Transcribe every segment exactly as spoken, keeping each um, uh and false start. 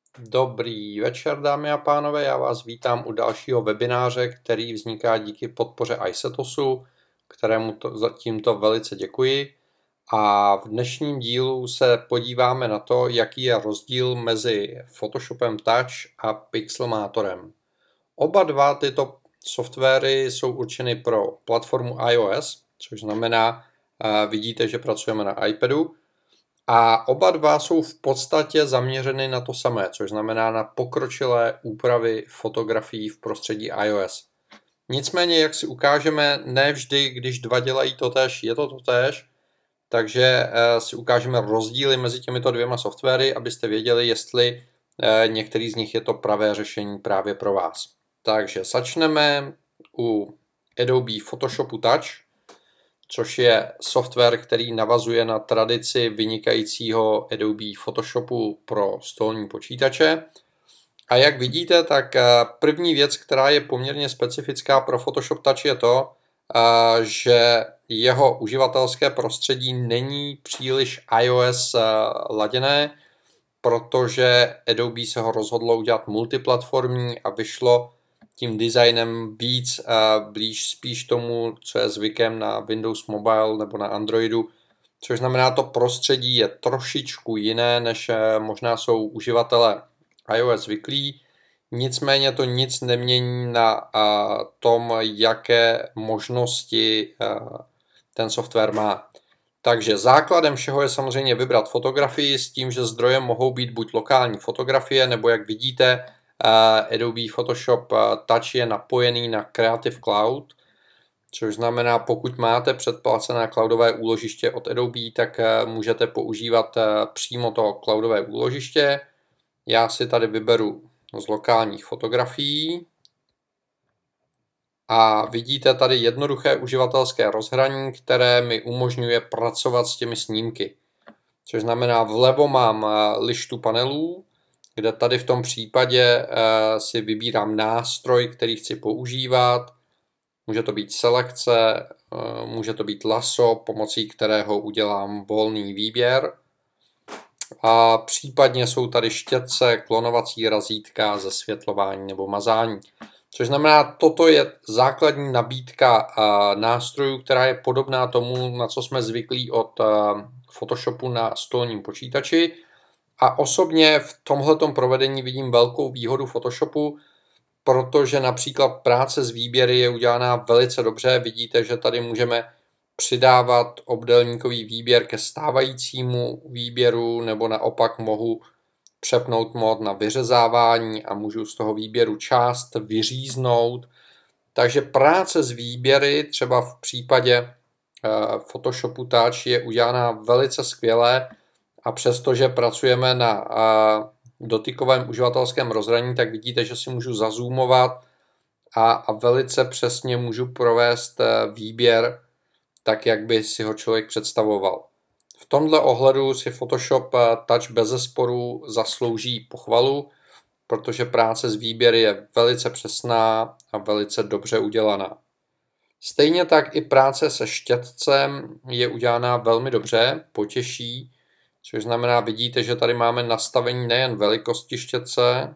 Dobrý večer, dámy a pánové, já vás vítám u dalšího webináře, který vzniká díky podpoře iSetosu, kterému to, za tímto velice děkuji. A v dnešním dílu se podíváme na to, jaký je rozdíl mezi Photoshopem Touch a Pixelmatorem. Oba dva tyto softwary jsou určeny pro platformu iOS, což znamená, vidíte, že pracujeme na iPadu. A oba dva jsou v podstatě zaměřeny na to samé, což znamená na pokročilé úpravy fotografií v prostředí iOS. Nicméně, jak si ukážeme, ne vždy, když dva dělají totéž, je to totéž, takže si ukážeme rozdíly mezi těmito dvěma softwary, abyste věděli, jestli některý z nich je to pravé řešení právě pro vás. Takže začneme u Adobe Photoshopu Touch, což je software, který navazuje na tradici vynikajícího Adobe Photoshopu pro stolní počítače. A jak vidíte, tak první věc, která je poměrně specifická pro Photoshop Touch, je to, že jeho uživatelské prostředí není příliš iOS laděné, protože Adobe se ho rozhodlo udělat multiplatformní a vyšlo tím designem víc blíž spíš tomu, co je zvykem na Windows Mobile nebo na Androidu, což znamená, to prostředí je trošičku jiné, než možná jsou uživatelé iOS zvyklí. Nicméně to nic nemění na tom, jaké možnosti ten software má. Takže základem všeho je samozřejmě vybrat fotografii s tím, že zdrojem mohou být buď lokální fotografie, nebo jak vidíte, Adobe Photoshop Touch je napojený na Creative Cloud, což znamená, pokud máte předplacené cloudové úložiště od Adobe, tak můžete používat přímo to cloudové úložiště. Já si tady vyberu z lokálních fotografií a vidíte tady jednoduché uživatelské rozhraní, které mi umožňuje pracovat s těmi snímky. Což znamená, vlevo mám lištu panelů, kde tady v tom případě si vybírám nástroj, který chci používat. Může to být selekce, může to být lasso, pomocí kterého udělám volný výběr. A případně jsou tady štětce, klonovací razítka, zesvětlování nebo mazání. Což znamená, toto je základní nabídka nástrojů, která je podobná tomu, na co jsme zvyklí od Photoshopu na stolním počítači. A osobně v tomhletom provedení vidím velkou výhodu Photoshopu, protože například práce s výběry je udělaná velice dobře. Vidíte, že tady můžeme přidávat obdélníkový výběr ke stávajícímu výběru, nebo naopak mohu přepnout mod na vyřezávání a můžu z toho výběru část vyříznout. Takže práce s výběry třeba v případě Photoshopu Touch je udělaná velice skvěle a přestože pracujeme na dotykovém uživatelském rozhraní, tak vidíte, že si můžu zazoomovat a, a velice přesně můžu provést výběr tak, jak by si ho člověk představoval. V tomhle ohledu si Photoshop Touch bezesporu zaslouží pochvalu, protože práce s výběry je velice přesná a velice dobře udělaná. Stejně tak i práce se štětcem je udělaná velmi dobře, potěší, což znamená, vidíte, že tady máme nastavení nejen velikosti štětce,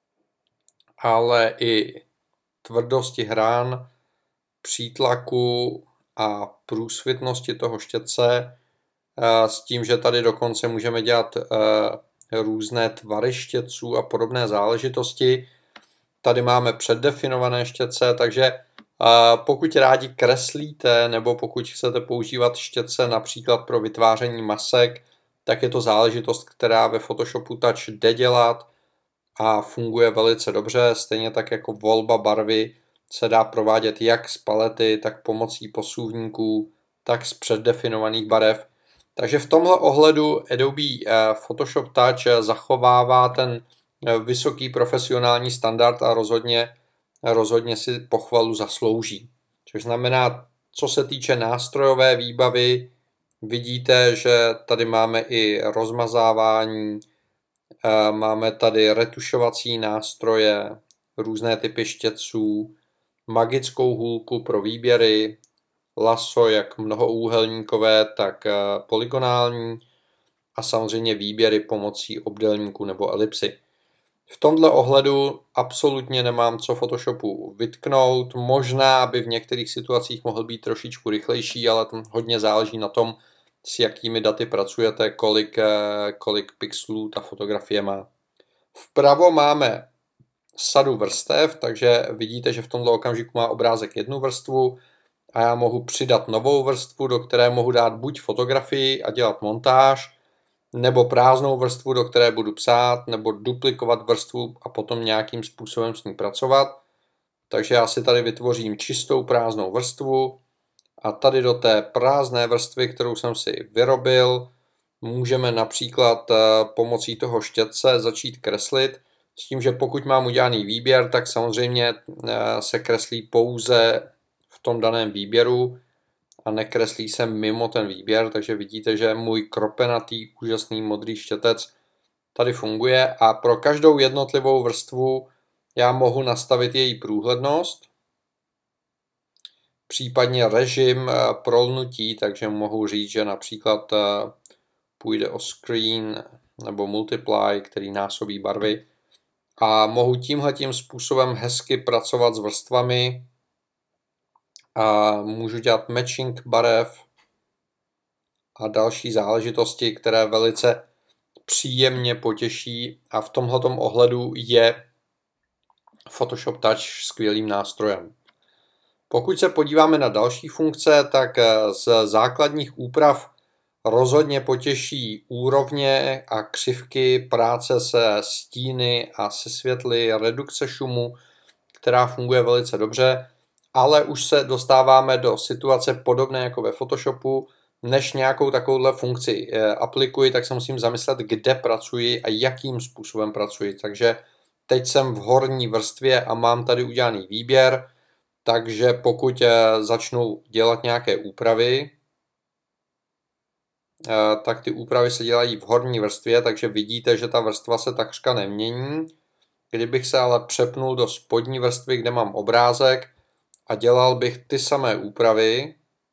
ale i tvrdosti hrán, přítlaku a průsvitnosti toho štětce, s tím, že tady dokonce můžeme dělat různé tvary štětců a podobné záležitosti. Tady máme předdefinované štětce, takže pokud rádi kreslíte nebo pokud chcete používat štětce například pro vytváření masek, tak je to záležitost, která ve Photoshopu Touch jde dělat a funguje velice dobře. Stejně tak jako volba barvy se dá provádět jak z palety, tak pomocí posuvníků, tak z předdefinovaných barev. Takže v tomhle ohledu Adobe Photoshop Touch zachovává ten vysoký profesionální standard a rozhodně, rozhodně si pochvalu zaslouží. Což znamená, co se týče nástrojové výbavy, vidíte, že tady máme i rozmazávání, máme tady retušovací nástroje, různé typy štětců, magickou hůlku pro výběry, lasso jak mnohoúhelníkové, tak polygonální a samozřejmě výběry pomocí obdélníku nebo elipsy. V tomhle ohledu absolutně nemám co Photoshopu vytknout. Možná by v některých situacích mohl být trošičku rychlejší, ale to hodně záleží na tom, s jakými daty pracujete, kolik, kolik pixelů ta fotografie má. Vpravo máme sadu vrstev, takže vidíte, že v tomto okamžiku má obrázek jednu vrstvu a já mohu přidat novou vrstvu, do které mohu dát buď fotografii a dělat montáž, nebo prázdnou vrstvu, do které budu psát, nebo duplikovat vrstvu a potom nějakým způsobem s ní pracovat. Takže já si tady vytvořím čistou prázdnou vrstvu a tady do té prázdné vrstvy, kterou jsem si vyrobil, můžeme například pomocí toho štětce začít kreslit, s tím, že pokud mám udělaný výběr, tak samozřejmě se kreslí pouze v tom daném výběru a nekreslí se mimo ten výběr, takže vidíte, že můj kropenatý, úžasný modrý štětec tady funguje a pro každou jednotlivou vrstvu já mohu nastavit její průhlednost, případně režim prolnutí, takže mohu říct, že například půjde o screen nebo multiply, který násobí barvy a mohu tímhletím způsobem hezky pracovat s vrstvami a můžu dělat matching barev a další záležitosti, které velice příjemně potěší a v tomhletom ohledu je Photoshop Touch skvělým nástrojem. Pokud se podíváme na další funkce, tak z základních úprav rozhodně potěší úrovně a křivky, práce se stíny a se světly, redukce šumu, která funguje velice dobře, ale už se dostáváme do situace podobné jako ve Photoshopu. Než nějakou takovouhle funkci aplikuji, tak se musím zamyslet, kde pracuji a jakým způsobem pracuji. Takže teď jsem v horní vrstvě a mám tady udělaný výběr, takže pokud začnu dělat nějaké úpravy, tak ty úpravy se dělají v horní vrstvě, takže vidíte, že ta vrstva se takřka nemění. Kdybych se ale přepnul do spodní vrstvy, kde mám obrázek a dělal bych ty samé úpravy,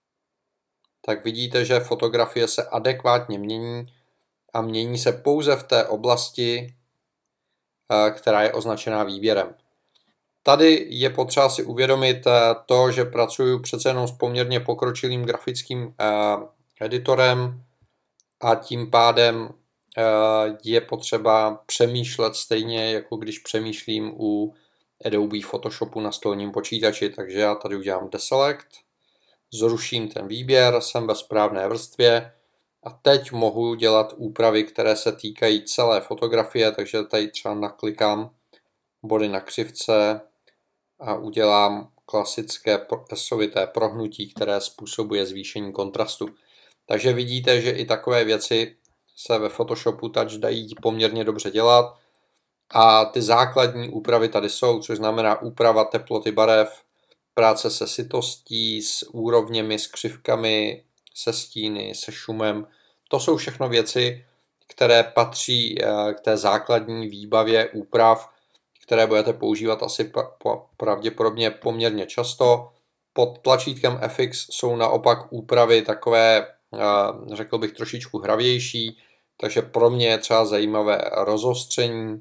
tak vidíte, že fotografie se adekvátně mění a mění se pouze v té oblasti, která je označená výběrem. Tady je potřeba si uvědomit to, že pracuji přece jenom s poměrně pokročilým grafickým editorem a tím pádem je potřeba přemýšlet stejně, jako když přemýšlím u Adobe Photoshopu na stolním počítači. Takže já tady udělám deselect, zruším ten výběr, jsem ve správné vrstvě a teď mohu dělat úpravy, které se týkají celé fotografie, takže tady třeba naklikám body na křivce a udělám klasické esovité prohnutí, které způsobuje zvýšení kontrastu. Takže vidíte, že i takové věci se ve Photoshopu Touch dají poměrně dobře dělat a ty základní úpravy tady jsou, což znamená úprava teploty barev, práce se sytostí, s úrovněmi, s křivkami, se stíny, se šumem. To jsou všechno věci, které patří k té základní výbavě úprav, které budete používat asi pravděpodobně poměrně často. Pod tlačítkem F X jsou naopak úpravy takové, řekl bych, trošičku hravější, takže pro mě je třeba zajímavé rozostření.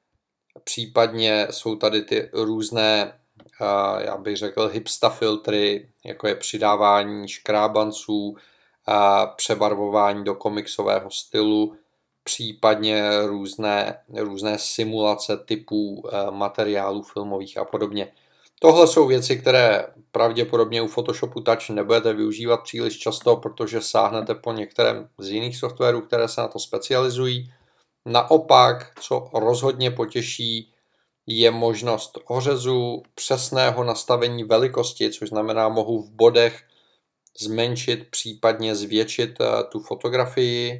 Případně jsou tady ty různé, já bych řekl, hipsta filtry, jako je přidávání škrábanců, přebarvování do komiksového stylu, případně různé, různé simulace typů materiálů filmových a podobně. Tohle jsou věci, které pravděpodobně u Photoshopu Touch nebudete využívat příliš často, protože sáhnete po některém z jiných softwarů, které se na to specializují. Naopak, co rozhodně potěší, je možnost ořezu, přesného nastavení velikosti, což znamená, mohu v bodech zmenšit, případně zvětšit tu fotografii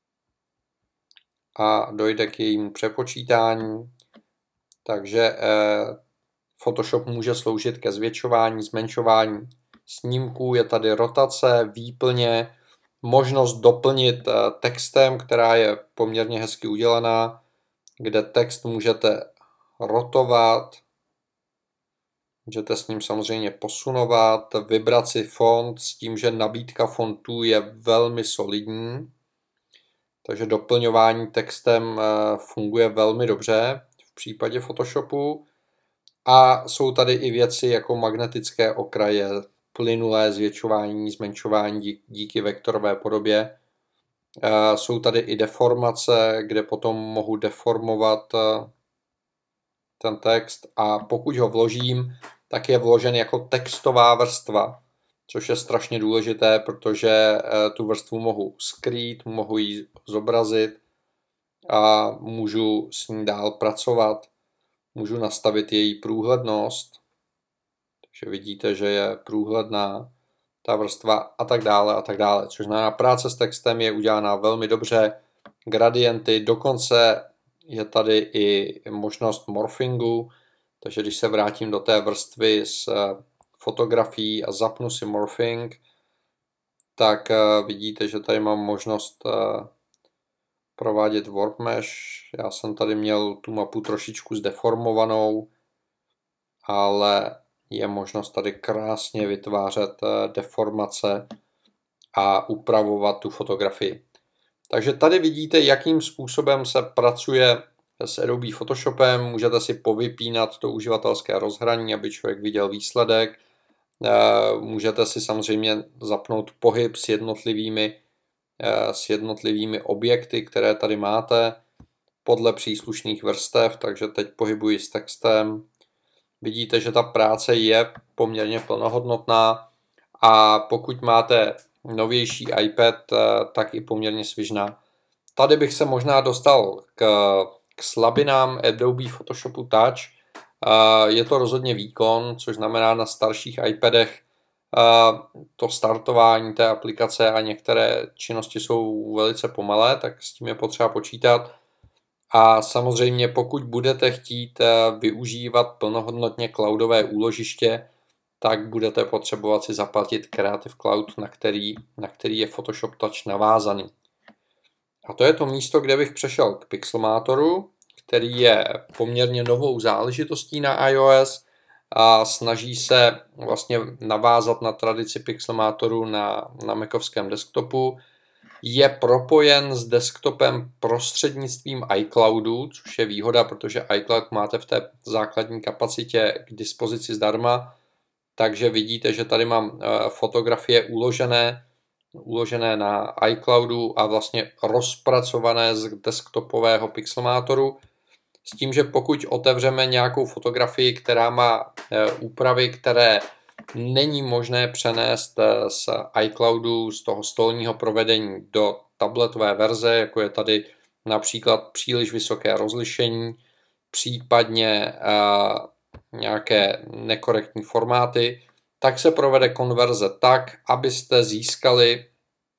a dojde k jejímu přepočítání. Takže Photoshop může sloužit ke zvětšování, zmenšování snímků. Je tady rotace, výplně, možnost doplnit textem, která je poměrně hezky udělaná, kde text můžete rotovat, můžete s ním samozřejmě posunovat, vybrat si font s tím, že nabídka fontů je velmi solidní, takže doplňování textem funguje velmi dobře. případě Photoshopu. A jsou tady i věci jako magnetické okraje, plynulé zvětšování, zmenšování díky vektorové podobě. Jsou tady i deformace, kde potom mohu deformovat ten text, a pokud ho vložím, tak je vložen jako textová vrstva, což je strašně důležité, protože tu vrstvu mohu skrýt, mohu ji zobrazit a můžu s ní dál pracovat. Můžu nastavit její průhlednost, takže vidíte, že je průhledná ta vrstva a tak dále a tak dále. Což znamená, práce s textem je udělaná velmi dobře, gradienty, dokonce je tady i možnost morphingu, takže když se vrátím do té vrstvy s fotografií a zapnu si morphing, tak vidíte, že tady mám možnost provádět warp mesh. Já jsem tady měl tu mapu trošičku zdeformovanou, ale je možnost tady krásně vytvářet deformace a upravovat tu fotografii. Takže tady vidíte, jakým způsobem se pracuje s Adobe Photoshopem. Můžete si povypínat to uživatelské rozhraní, aby člověk viděl výsledek. Můžete si samozřejmě zapnout pohyb s jednotlivými, s jednotlivými objekty, které tady máte podle příslušných vrstev, takže teď pohybuji s textem. Vidíte, že ta práce je poměrně plnohodnotná, a pokud máte novější iPad, tak i poměrně svižná. Tady bych se možná dostal k, k slabinám Adobe Photoshopu Touch. Je to rozhodně výkon, což znamená, na starších iPadech to startování té aplikace a některé činnosti jsou velice pomalé, tak s tím je potřeba počítat. A samozřejmě, pokud budete chtít využívat plnohodnotně cloudové úložiště, tak budete potřebovat si zaplatit Creative Cloud, na který, na který je Photoshop Touch navázaný. A to je to místo, kde bych přešel k Pixelmatoru, který je poměrně novou záležitostí na iOS a snaží se vlastně navázat na tradici Pixelmatoru na, na macovském desktopu. Je propojen s desktopem prostřednictvím iCloudu, což je výhoda, protože iCloud máte v té základní kapacitě k dispozici zdarma. Takže vidíte, že tady mám fotografie uložené, uložené na iCloudu a vlastně rozpracované z desktopového Pixelmatoru. S tím, že pokud otevřeme nějakou fotografii, která má úpravy, které není možné přenést z iCloudu, z toho stolního provedení do tabletové verze, jako je tady například příliš vysoké rozlišení, případně nějaké nekorektní formáty, tak se provede konverze tak, abyste získali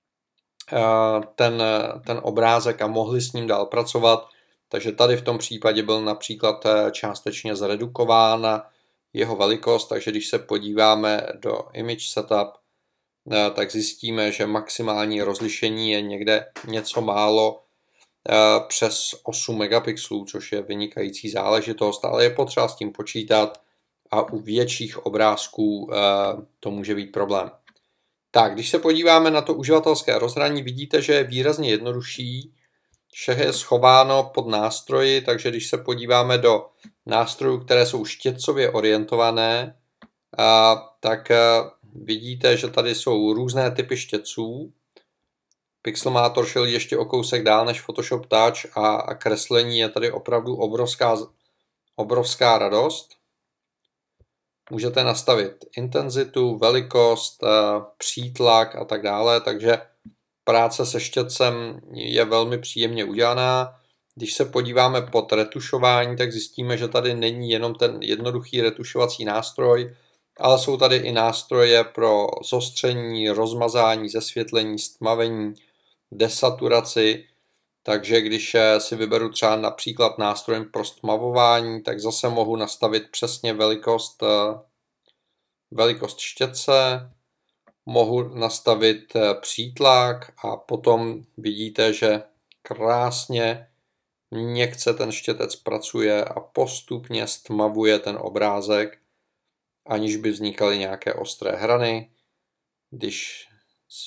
ten, ten obrázek a mohli s ním dál pracovat. Takže tady v tom případě byl například částečně zredukována jeho velikost, takže když se podíváme do Image Setup, tak zjistíme, že maximální rozlišení je někde něco málo přes osm megapixelů, což je vynikající záležitost, ale je potřeba s tím počítat a u větších obrázků to může být problém. Tak, když se podíváme na to uživatelské rozhraní, vidíte, že je výrazně jednodušší. Vše je schováno pod nástroji, takže když se podíváme do nástrojů, které jsou štětcově orientované, tak vidíte, že tady jsou různé typy štětců. Pixelmator šel ještě o kousek dál než Photoshop Touch a kreslení je tady opravdu obrovská, obrovská radost. Můžete nastavit intenzitu, velikost, přítlak a tak dále, takže práce se štětcem je velmi příjemně udělaná. Když se podíváme pod retušování, tak zjistíme, že tady není jenom ten jednoduchý retušovací nástroj, ale jsou tady i nástroje pro zostření, rozmazání, zesvětlení, stmavení, desaturaci. Takže když si vyberu třeba například nástrojem pro stmavování, tak zase mohu nastavit přesně velikost, velikost štětce, mohu nastavit přítlak a potom vidíte, že krásně měkce ten štětec pracuje a postupně stmavuje ten obrázek, aniž by vznikaly nějaké ostré hrany. Když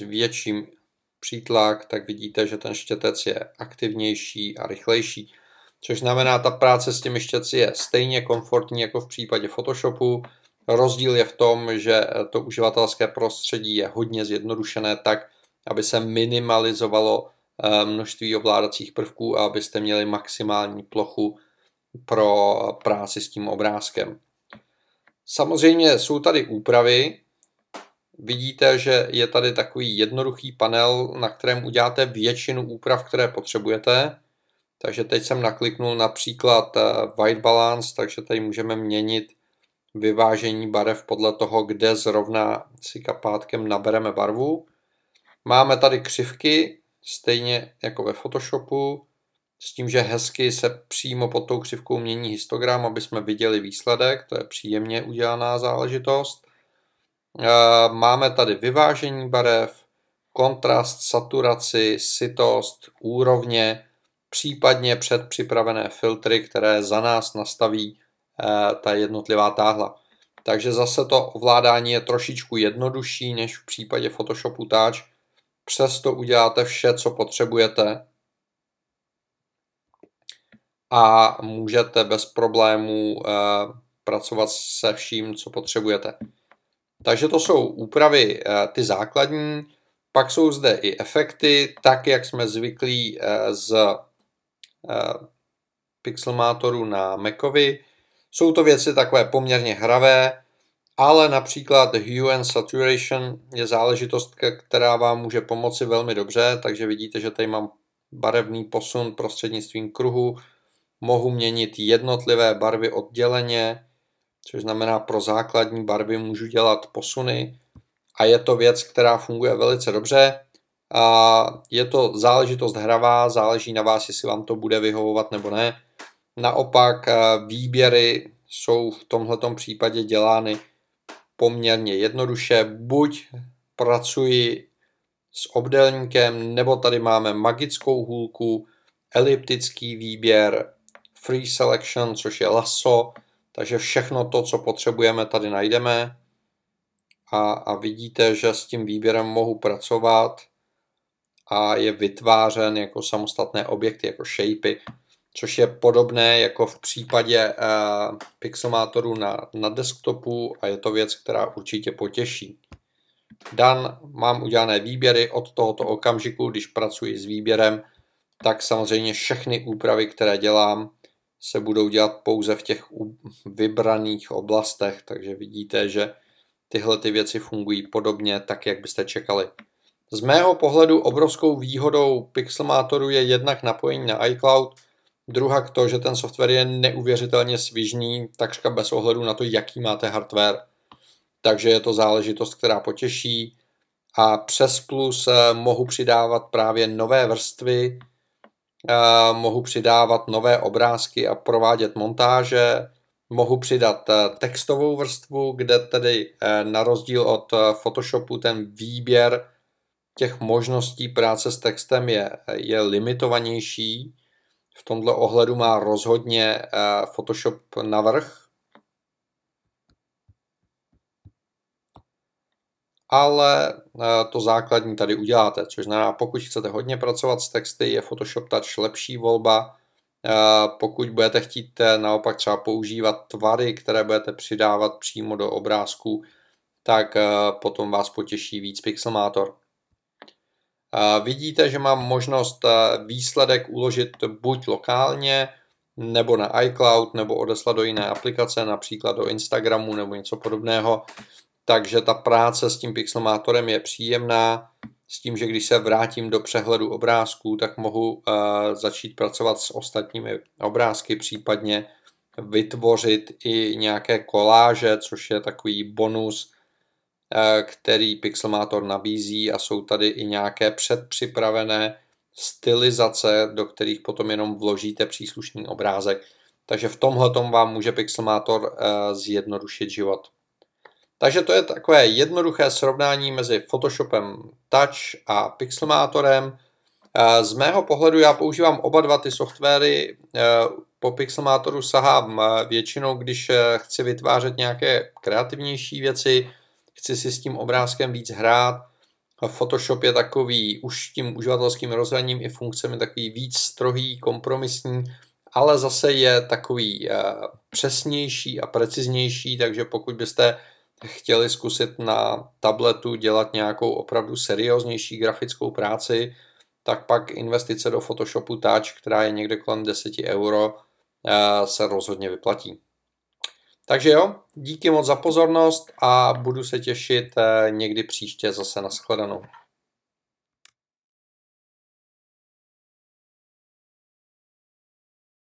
zvětším přítlak, tak vidíte, že ten štětec je aktivnější a rychlejší. což znamená, ta práce s těmi štětci je stejně komfortní jako v případě Photoshopu. Rozdíl je v tom, že to uživatelské prostředí je hodně zjednodušené tak, aby se minimalizovalo množství ovládacích prvků a abyste měli maximální plochu pro práci s tím obrázkem. Samozřejmě jsou tady úpravy. Vidíte, že je tady takový jednoduchý panel, na kterém uděláte většinu úprav, které potřebujete. Takže teď jsem nakliknul například White Balance, takže tady můžeme měnit vyvážení barev podle toho, kde zrovna si kapátkem nabereme barvu. Máme tady křivky, stejně jako ve Photoshopu, s tím, že hezky se přímo pod tou křivkou mění histogram, aby jsme viděli výsledek, to je příjemně udělaná záležitost. Máme tady vyvážení barev, kontrast, saturaci, sytost, úrovně, případně předpřipravené filtry, které za nás nastaví ta jednotlivá táhla. Takže zase to ovládání je trošičku jednodušší než v případě Photoshopu Touch. Přesto uděláte vše, co potřebujete a můžete bez problémů pracovat se vším, co potřebujete. Takže to jsou úpravy ty základní, pak jsou zde i efekty, tak jak jsme zvyklí z Pixelmatoru na Macovi. Jsou to věci takové poměrně hravé, ale například Hue and Saturation je záležitost, která vám může pomoci velmi dobře, takže vidíte, že tady mám barevný posun prostřednictvím kruhu, mohu měnit jednotlivé barvy odděleně, což znamená pro základní barvy můžu dělat posuny a je to věc, která funguje velice dobře. A je to záležitost hravá, záleží na vás, jestli vám to bude vyhovovat nebo ne. Naopak výběry jsou v tomhletom případě dělány poměrně jednoduše. Buď pracuji s obdélníkem, nebo tady máme magickou hůlku, eliptický výběr, free selection, což je lasso, takže všechno to, co potřebujeme, tady najdeme. A, a vidíte, že s tím výběrem mohu pracovat a je vytvářen jako samostatné objekty, jako shapey, což je podobné jako v případě uh, Pixelmatoru na, na desktopu a je to věc, která určitě potěší. Dan, mám udělané výběry od tohoto okamžiku, když pracuji s výběrem, tak samozřejmě všechny úpravy, které dělám, se budou dělat pouze v těch vybraných oblastech, takže vidíte, že tyhle ty věci fungují podobně tak, jak byste čekali. Z mého pohledu obrovskou výhodou Pixelmatoru je jednak napojení na iCloud, druhak to, že ten software je neuvěřitelně svižný, takřka bez ohledu na to, jaký máte hardware. Takže je to záležitost, která potěší. A přes Plus mohu přidávat právě nové vrstvy, mohu přidávat nové obrázky a provádět montáže, mohu přidat textovou vrstvu, kde tedy na rozdíl od Photoshopu ten výběr těch možností práce s textem je, je limitovanější. V tomto ohledu má rozhodně Photoshop navrch. Ale to základní tady uděláte, což znamená, pokud chcete hodně pracovat s texty, je Photoshop Touch lepší volba. Pokud budete chtít naopak třeba používat tvary, které budete přidávat přímo do obrázku, tak potom vás potěší víc Pixelmator. Vidíte, že mám možnost výsledek uložit buď lokálně, nebo na iCloud, nebo odeslat do jiné aplikace, například do Instagramu nebo něco podobného. Takže ta práce s tím Pixelmatorem je příjemná, s tím, že když se vrátím do přehledu obrázků, tak mohu uh, začít pracovat s ostatními obrázky, případně vytvořit i nějaké koláže, což je takový bonus, uh, který Pixelmator nabízí, a jsou tady i nějaké předpřipravené stylizace, do kterých potom jenom vložíte příslušný obrázek. Takže v tomhletom vám může Pixelmator uh, zjednodušit život. Takže to je takové jednoduché srovnání mezi Photoshopem Touch a Pixelmatorem. Z mého pohledu já používám oba dva ty softwary. Po Pixelmatoru sahám většinou, když chci vytvářet nějaké kreativnější věci, chci si s tím obrázkem víc hrát. Photoshop je takový už tím uživatelským rozhraním i funkcemi takový víc strohý, kompromisní, ale zase je takový přesnější a preciznější, takže pokud byste chtěli zkusit na tabletu dělat nějakou opravdu serióznější grafickou práci, tak pak investice do Photoshopu Touch, která je někde kolem deset euro, se rozhodně vyplatí. Takže jo, díky moc za pozornost a budu se těšit někdy příště zase na shledanou.